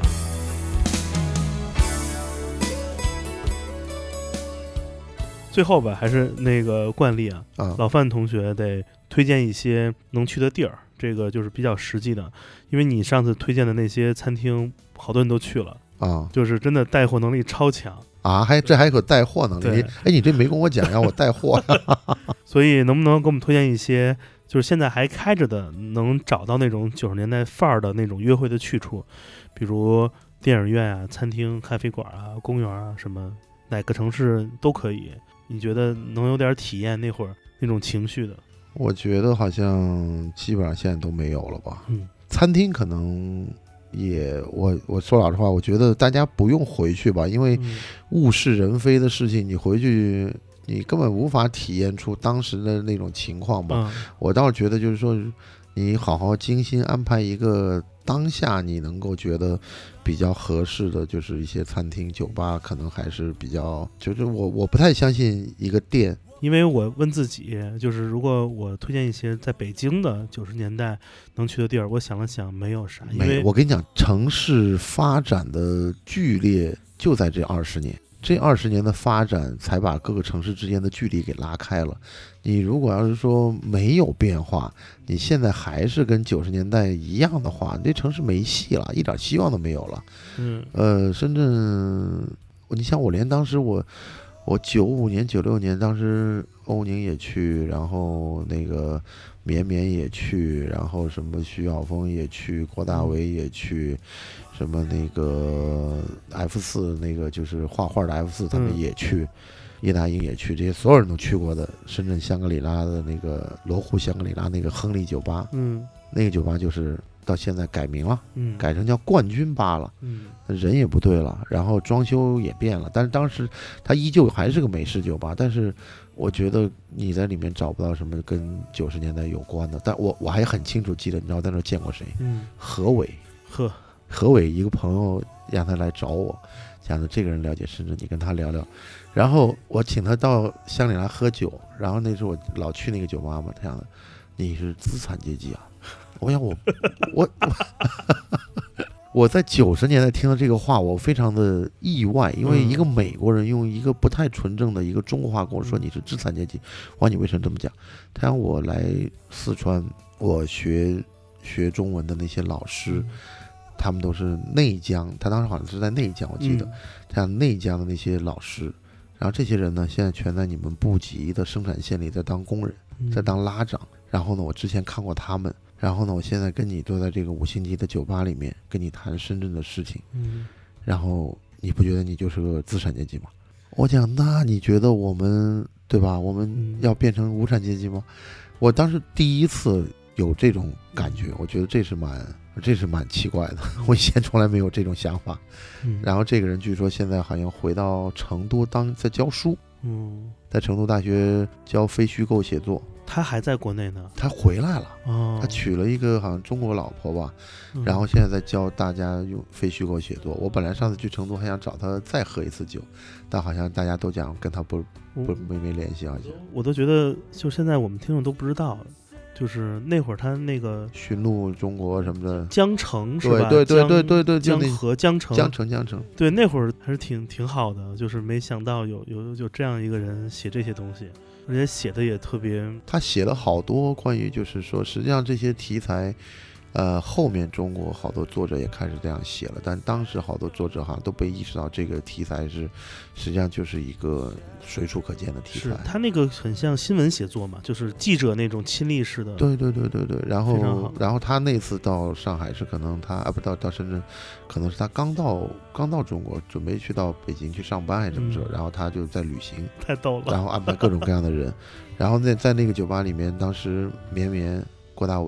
最后吧，还是那个惯例啊， 啊老范同学得推荐一些能去的地儿，这个就是比较实际的，因为你上次推荐的那些餐厅，好多人都去了， 啊就是真的带货能力超强， 啊！还这还有带货能力？ 对你哎，你这没跟我讲，让我带货所以能不能给我们推荐一些，就是现在还开着的，能找到那种九十年代范儿的那种约会的去处，比如电影院啊、餐厅、咖啡馆啊、公园啊，什么哪个城市都可以。你觉得能有点体验那会儿那种情绪的？ 我觉得好像基本上现在都没有了吧。 嗯， 餐厅可能也，我我说老实话，我觉得大家不用回去吧，因为嗯物是人非的事情，你回去你根本无法体验出当时的那种情况吧。 嗯我倒是觉得就是说，你好好精心安排一个当下你能够觉得比较合适的，就是一些餐厅、酒吧，可能还是比较，就是我我不太相信一个店。 因为我问自己，就是如果我推荐一些在北京的九十年代能去的地儿，我想了想，没有啥。因没， 为我跟你讲，城市发展的剧烈就在这二十年，这二十年的发展才把各个城市之间的距离给拉开了。你如果要是说没有变化，你现在还是跟九十年代一样的话，这城市没戏了，一点希望都没有了。 嗯呃，深圳，你像我连当时我。我九五年、九六年，当时欧宁也去，然后那个绵绵也去，然后什么徐晓峰也去，郭大为也去，什么那个 F 四那个就是画画的 F 四他们也去，叶大鹰也去，这些所有人都去过的深圳香格里拉的那个罗湖香格里拉那个亨利酒吧， 嗯那个酒吧就是到现在改名了， 嗯， 改成叫冠军吧了。 嗯人也不对了，然后装修也变了，但是当时它依旧还是个美式酒吧，但是我觉得你在里面找不到什么跟九十年代有关的。但我我还很清楚记得，你知道在那儿见过谁？ 嗯， 何伟， 呵， 何伟一个朋友让他来找我，讲的这个人了解深圳，你跟他聊聊。然后我请他到香格里拉喝酒，然后那时候我老去那个酒吧嘛，他讲的你是资产阶级啊，我想我我我。我在九十年代听到这个话，我非常的意外，因为一个美国人用一个不太纯正的一个中国话跟我说你是资产阶级，我说你为什么这么讲？他让我来四川，我学学中文的那些老师，他们都是内江，他当时好像是在内江，我记得，他让内江的那些老师，然后这些人呢，现在全在你们部级的生产线里在当工人，在当拉长，然后呢，我之前看过他们。然后呢，我现在跟你都在这个五星级的酒吧里面跟你谈深圳的事情， 嗯， 然后你不觉得你就是个资产阶级吗？我讲，那你觉得我们对吧？我们要变成无产阶级吗？我当时第一次有这种感觉，我觉得这是蛮这是蛮奇怪的，我以前从来没有这种想法。 嗯、 然后这个人据说现在好像回到成都当在教书， 嗯， 在成都大学教非虚构写作。 他还在国内呢， 他回来了， 哦， 他娶了一个好像中国老婆吧， 嗯、 然后现在在教大家用非虚构写作。我本来上次去成都还想找他再喝一次酒，但好像大家都讲跟他不不没没联系，好像我都觉得就现在我们听众都不知道，就是那会儿他那个寻路中国什么的江城是吧？ 对对对对对对， 江河江城江城江城， 对，那会儿还是挺挺好的，就是没想到有有有这样一个人写这些东西。而且写的也特别， 他写了好多关于，就是说，实际上这些题材，呃，后面中国好多作者也开始这样写了，但当时好多作者好像都没意识到这个题材是，实际上就是一个随处可见的题材。 是他那个很像新闻写作嘛，就是记者那种亲历式的。 对对对对对，然后然后他那次到上海是可能他啊不到到深圳，可能是他刚到刚到中国，准备去到北京去上班还是什么时候，嗯、然后他就在旅行， 太逗了， 然后安排各种各样的人，然后在在那个酒吧里面，当时绵绵、郭大伟。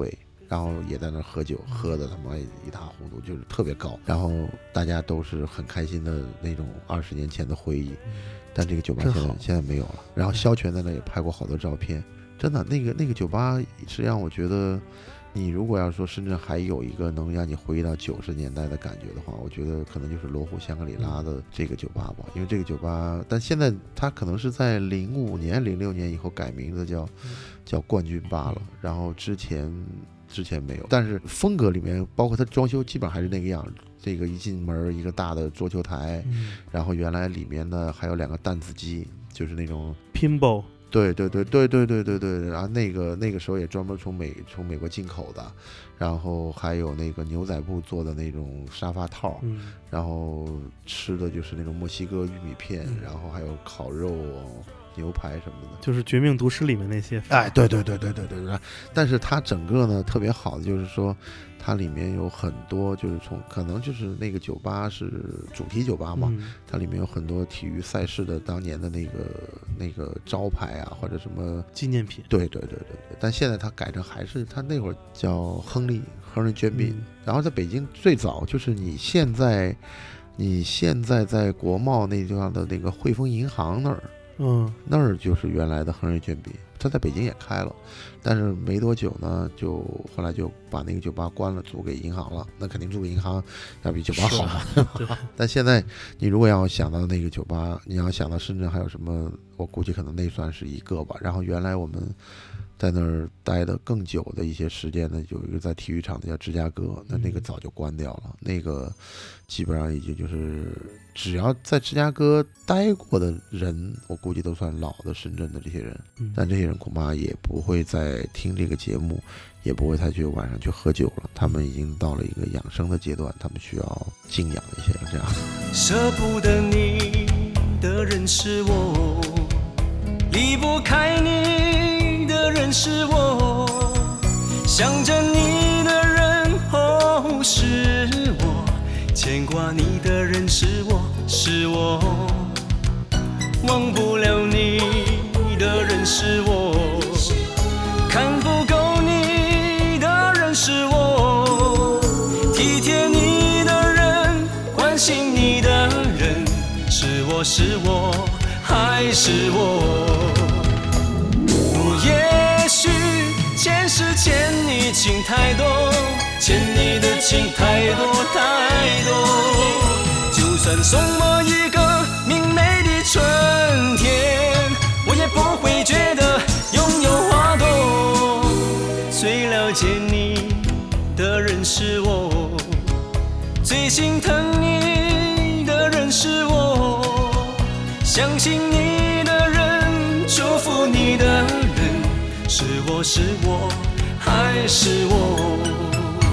然后也在那喝酒，喝的他妈一塌糊涂，就是特别高，然后大家都是很开心的那种二十年前的回忆。但这个酒吧现在现在没有了。然后肖全在那也拍过好多照片，真的那个那个酒吧实际上我觉得。你如果要说深圳还有一个能让你回忆到九十年代的感觉的话，我觉得可能就是罗湖香格里拉的这个酒吧吧。因为这个酒吧，但现在它可能是在零五年、零六年以后改名字叫叫冠军吧了。然后之前之前没有，但是风格里面包括它装修基本上还是那个样。这个一进门一个大的桌球台，然后原来里面呢还有两个弹子机，就是那种 pinball。 对对对对对对对对，然后那个那个时候也专门从美从美国进口的，然后还有那个牛仔布做的那种沙发套， 嗯， 然后吃的就是那种墨西哥玉米片， 嗯、 然后还有烤肉、牛排什么的， 就是《绝命毒师》里面那些。 哎，对对对对对对对。但是它整个呢特别好的就是说，它里面有很多就是从可能就是那个酒吧是主题酒吧嘛， 嗯、 它里面有很多体育赛事的当年的那个那个招牌啊或者什么纪念品。 对对对对对。但现在它改成还是它那会儿叫亨利亨利卷饼、嗯，然后在北京最早就是你现在你现在在国贸那地方的那个汇丰银行那儿。 嗯， 那儿就是原来的亨利卷饼，他在北京也开了，但是没多久呢，就后来就把那个酒吧关了，租给银行了。那肯定租给银行要比酒吧好嘛。但现在你如果要想到那个酒吧，你要想到深圳还有什么，我估计可能那算是一个吧。然后原来我们在那儿待的更久的一些时间呢，有一个在体育场的叫芝加哥，那那个早就关掉了，那个基本上已经就是只要在芝加哥待过的人，我估计都算老的深圳的这些人，但这些人恐怕也不会再听这个节目，也不会再去晚上去喝酒了，他们已经到了一个养生的阶段，他们需要静养一些这样。 舍不得你的人是我，离不开你的人是我，想着你的人哦是我，牵挂你的人是我是我，忘不了你的人是我，看不够你的人是我，体贴你的人关心你的人是我是我还是我。也许前世欠你情太多，欠你的情太多太多，就算送我一个明媚的春天，我也不会觉得拥有花朵。最了解你的人是我，最心疼你的人是我，相信你的人，祝福你的人是我是我还是我。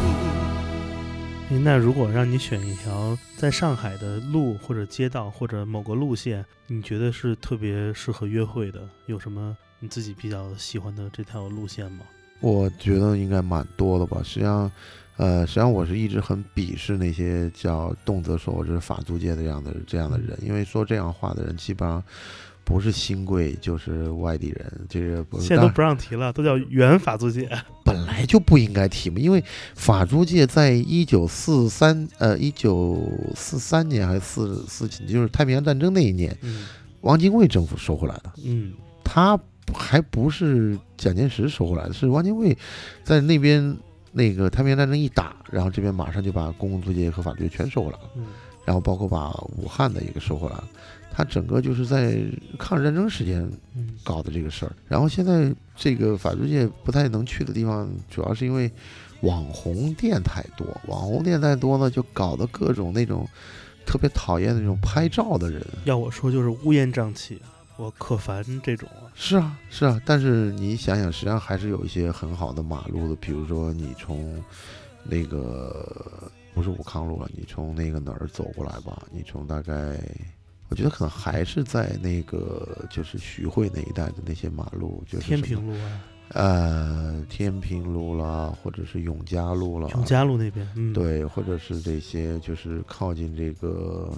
那如果让你选一条在上海的路或者街道或者某个路线，你觉得是特别适合约会的，有什么你自己比较喜欢的这条路线吗？ 我觉得应该蛮多的吧。实际上呃，实际上我是一直很鄙视那些叫动辄说我这是法租界的这样的这样的人，因为说这样话的人基本上不是新贵就是外地人，这个不是现在都不让提了，都叫原法租界。 本来就不应该提嘛，因为法租界在一九四三呃一九四三年还是四四就是太平洋战争那一年， 嗯， 汪精卫政府收回来的， 嗯， 他还不是蒋介石收回来的，是汪精卫在那边那个太平洋战争一打，然后这边马上就把公共租界和法租界全收回来了， 嗯， 然后包括把武汉的一个收回来了。他整个就是在抗日战争时间搞的这个事儿，然后现在这个法租界不太能去的地方，主要是因为网红店太多，网红店太多呢，就搞得各种那种特别讨厌的那种拍照的人。 要我说就是乌烟瘴气，我可烦这种啊。 是啊，是啊，但是你想想，实际上还是有一些很好的马路的，比如说你从那个不是武康路了，你从那个哪儿走过来吧，你从大概。我觉得可能还是在那个就是徐汇那一带的那些马路，就是天平路啊， 呃，天平路啦，或者是永嘉路啦， 永嘉路那边，嗯， 对，或者是这些就是靠近这个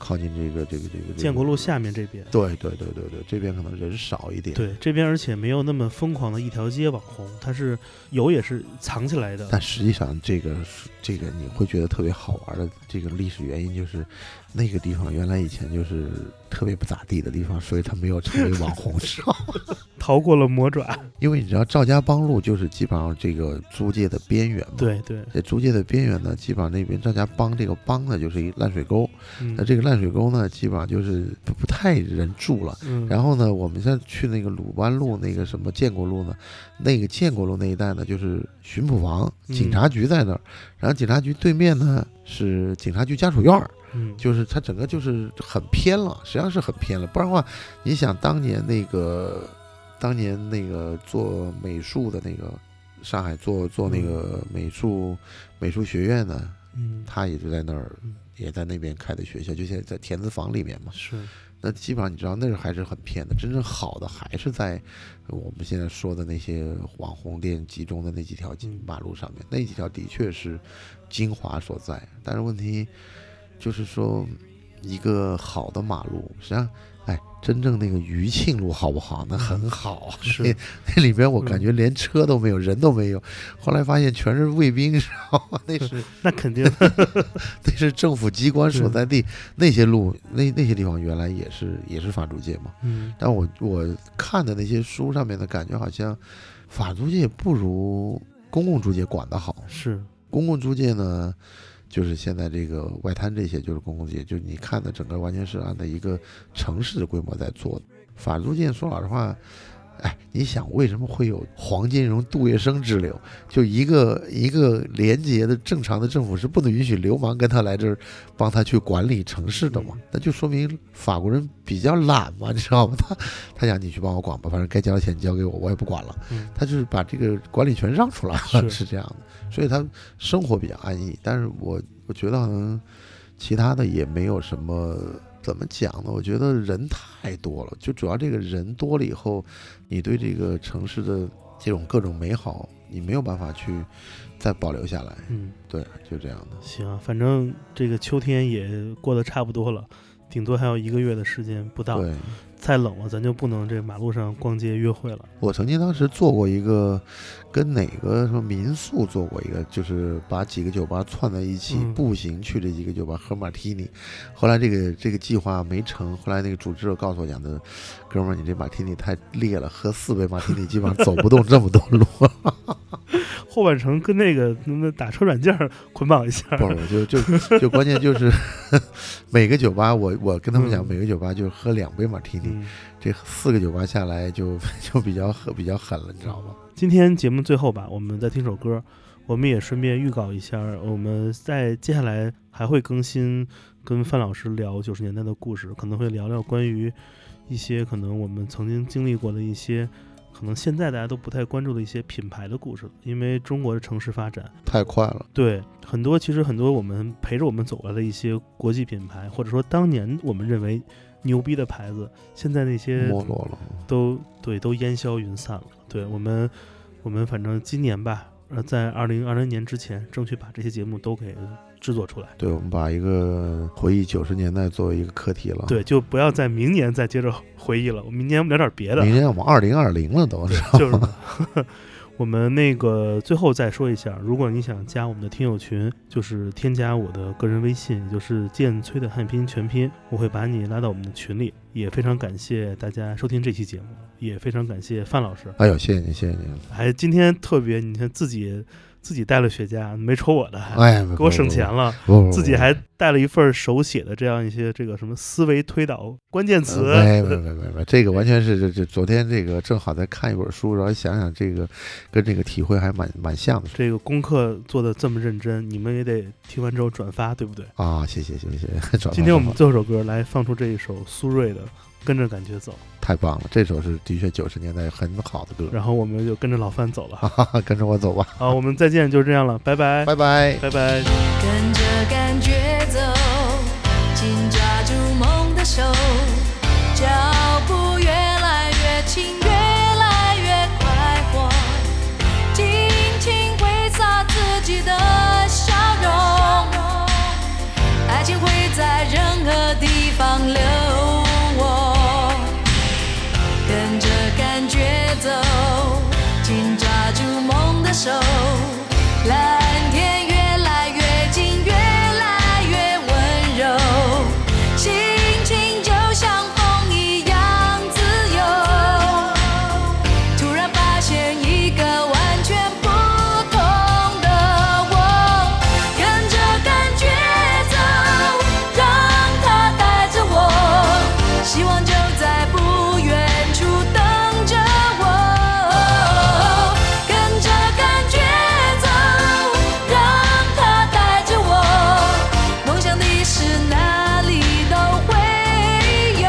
靠近这个这个这个建国路下面这边。 对对对对对，这边可能人少一点。 对，这边而且没有那么疯狂的一条街网红，它是有也是藏起来的。 但实际上，这个这个你会觉得特别好玩的这个历史原因就是，那个地方原来以前就是特别不咋地的地方，所以它没有成为网红，知道吗？ 逃过了魔爪。 因为你知道赵家浜路就是基本上这个租界的边缘嘛。 对对。 在租界的边缘呢，基本上那边赵家浜这个浜呢就是一烂水沟， 嗯、 那这个烂水沟呢基本上就是不不太人住了。 嗯、 然后呢，我们现在去那个鲁湾路那个什么建国路呢，那个建国路那一带呢就是巡捕房、警察局在那儿，嗯、然后警察局对面呢是警察局家属院儿。 嗯， 就是它整个就是很偏了，实际上是很偏了。不然的话，你想当年那个，当年那个做美术的那个，上海做做那个美术、嗯、美术学院的， 嗯，他也就在那儿，也在那边开的学校，就现在在田子坊里面嘛。 是。 那基本上你知道那儿还是很偏的，真正好的还是在我们现在说的那些网红店集中的那几条马路上面，那几条的确是精华所在。但是问题就是说，一个好的马路，实际上，哎，真正那个余庆路好不好？那很好， 是那那里边我感觉连车都没有，嗯、人都没有。后来发现全是卫兵，知道吗？那是那肯定， 那是政府机关所在地。那些路，那那些地方原来也是也是法租界嘛。 嗯。 但我我看的那些书上面的感觉，好像法租界不如公共租界管得好。 是公共租界呢？就是现在这个外滩这些就是公共界，就是你看的整个完全是按照一个城市的规模在做的。法租界说老实话，哎，你想为什么会有黄金荣、杜月笙之流？就一个一个廉洁的正常的政府是不能允许流氓跟他来这儿帮他去管理城市的嘛？那就说明法国人比较懒嘛，你知道吗？他他想你去帮我管吧，反正该交的钱交给我，我也不管了。 嗯、 他就是把这个管理权让出来了， 是, 是这样的。所以他生活比较安逸，但是我我觉得好像其他的也没有什么，怎么讲呢？我觉得人太多了，就主要这个人多了以后，你对这个城市的这种各种美好，你没有办法去再保留下来。 嗯， 对，就这样的。 行，反正这个秋天也过得差不多了，顶多还有一个月的时间不到。 对。 太冷了，咱就不能这马路上逛街约会了。 我曾经当时做过一个，跟哪个什么民宿做过一个，就是把几个酒吧串在一起，嗯、步行去这几个酒吧喝马提尼。后来这个这个计划没成，后来那个主治告诉我讲的，哥们儿，你这马提尼太烈了，喝四杯马提尼基本上走不动这么多路。 后半程跟那个那打车软件捆绑一下。 不，就就就关键就是每个酒吧我，我我跟他们讲， 嗯、 每个酒吧就喝两杯马提尼。嗯、这四个酒吧下来就就比较狠比较狠了，你知道吗？ 今天节目最后吧，我们再听首歌，我们也顺便预告一下，我们在接下来还会更新跟范老师聊九十年代的故事，可能会聊聊关于一些可能我们曾经经历过的一些可能现在大家都不太关注的一些品牌的故事，因为中国的城市发展太快了。 对，很多其实很多我们陪着我们走来的一些国际品牌，或者说当年我们认为牛逼的牌子，现在那些没落了， 都对都烟消云散了。对，我们我们反正今年吧，呃，在二零二零年之前，争取把这些节目都给制作出来。 对，我们把一个回忆九十年代作为一个课题了。 对，就不要在明年再接着回忆了。我明年我们聊点别的。 明年我们二零二零了都， 就是我们那个最后再说一下，如果你想加我们的听友群，就是添加我的个人微信，也就是建崔的汉拼全拼，我会把你拉到我们的群里。也非常感谢大家收听这期节目，也非常感谢范老师。 哎呦，谢谢你，谢谢你。 还今天特别，你看自己自己带了雪茄，没瞅我的， 哎， 给我省钱了，自己还带了一份手写的这样一些这个什么思维推导关键词。 没没没没没，这个完全是这这昨天这个正好在看一本书，然后想想这个跟这个体会还蛮蛮像的。 这个功课做的这么认真，你们也得听完之后转发，对不对？ 啊，谢谢谢谢谢谢。 今天我们最后首歌来放出这一首苏芮的《跟着感觉走》， 太棒了！这首是的确九十年代很好的歌。 然后我们就跟着老范走了， 哈哈，跟着我走吧。 好，我们再见，就是这样了，拜拜， 拜拜， 拜拜。 跟着感觉走，紧抓住梦的手，脚步越来越轻，越来越快活，尽情挥洒自己的笑容，爱情会在任何地手，蓝天越来越近，越来越温柔，心情就像风一样自由。突然发现一个完全不同的我，跟着感觉走，让它带着我，希望就在不远处等着我。跟着感觉走，让它带着我，梦想的事哪里都会有。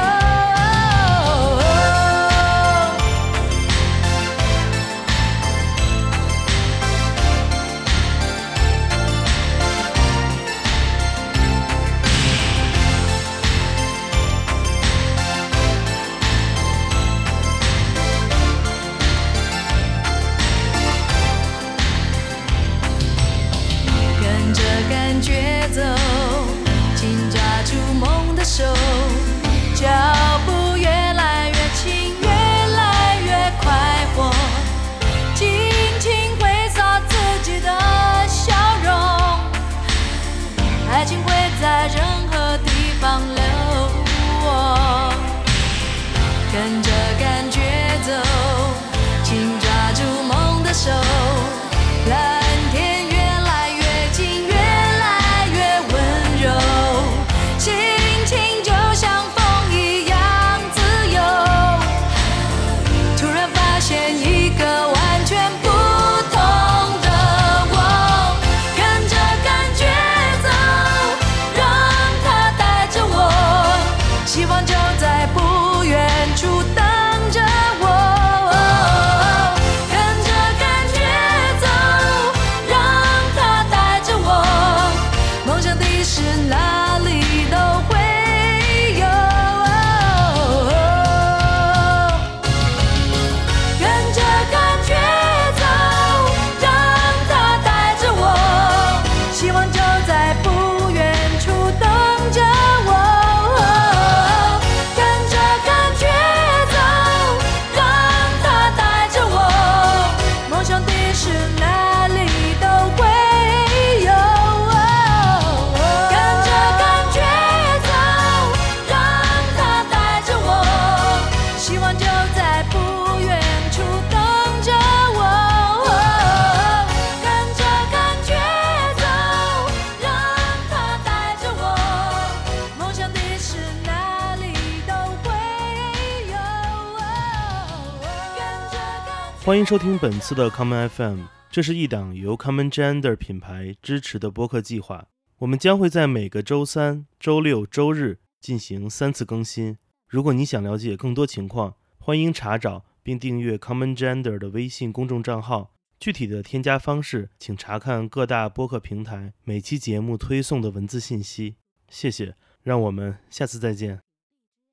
跟着感觉走，紧抓住梦的手，脚步越来越轻，越来越快活，尽情挥洒自己的笑容，爱情会在任何地方流淌。跟着感觉走，紧抓住梦的手，蓝天越来越近，越来越温柔，心情就像风一样自由。突然发现一个完全不同的我，跟着感觉走，让它带着我，希望就在不远处等着我。跟着感觉走，让它带着我，梦想的事哪里都会有。跟着感觉走，让它带着我，希望就在不远处等着我。跟着感觉走，让它带着我，梦想的事哪里都会有。跟着感觉走，让它带着我，希望就在不远处等着我。跟着感觉走，让它带着我，梦想的事哪里都会有。跟着感觉欢迎收听本次的 Common F M， 这是一档由 Common Gender 品牌支持的播客计划。我们将会在每个周三、周六、周日进行三次更新。如果你想了解更多情况，欢迎查找并订阅 Common Gender 的微信公众账号。具体的添加方式，请查看各大播客平台每期节目推送的文字信息。谢谢，让我们下次再见。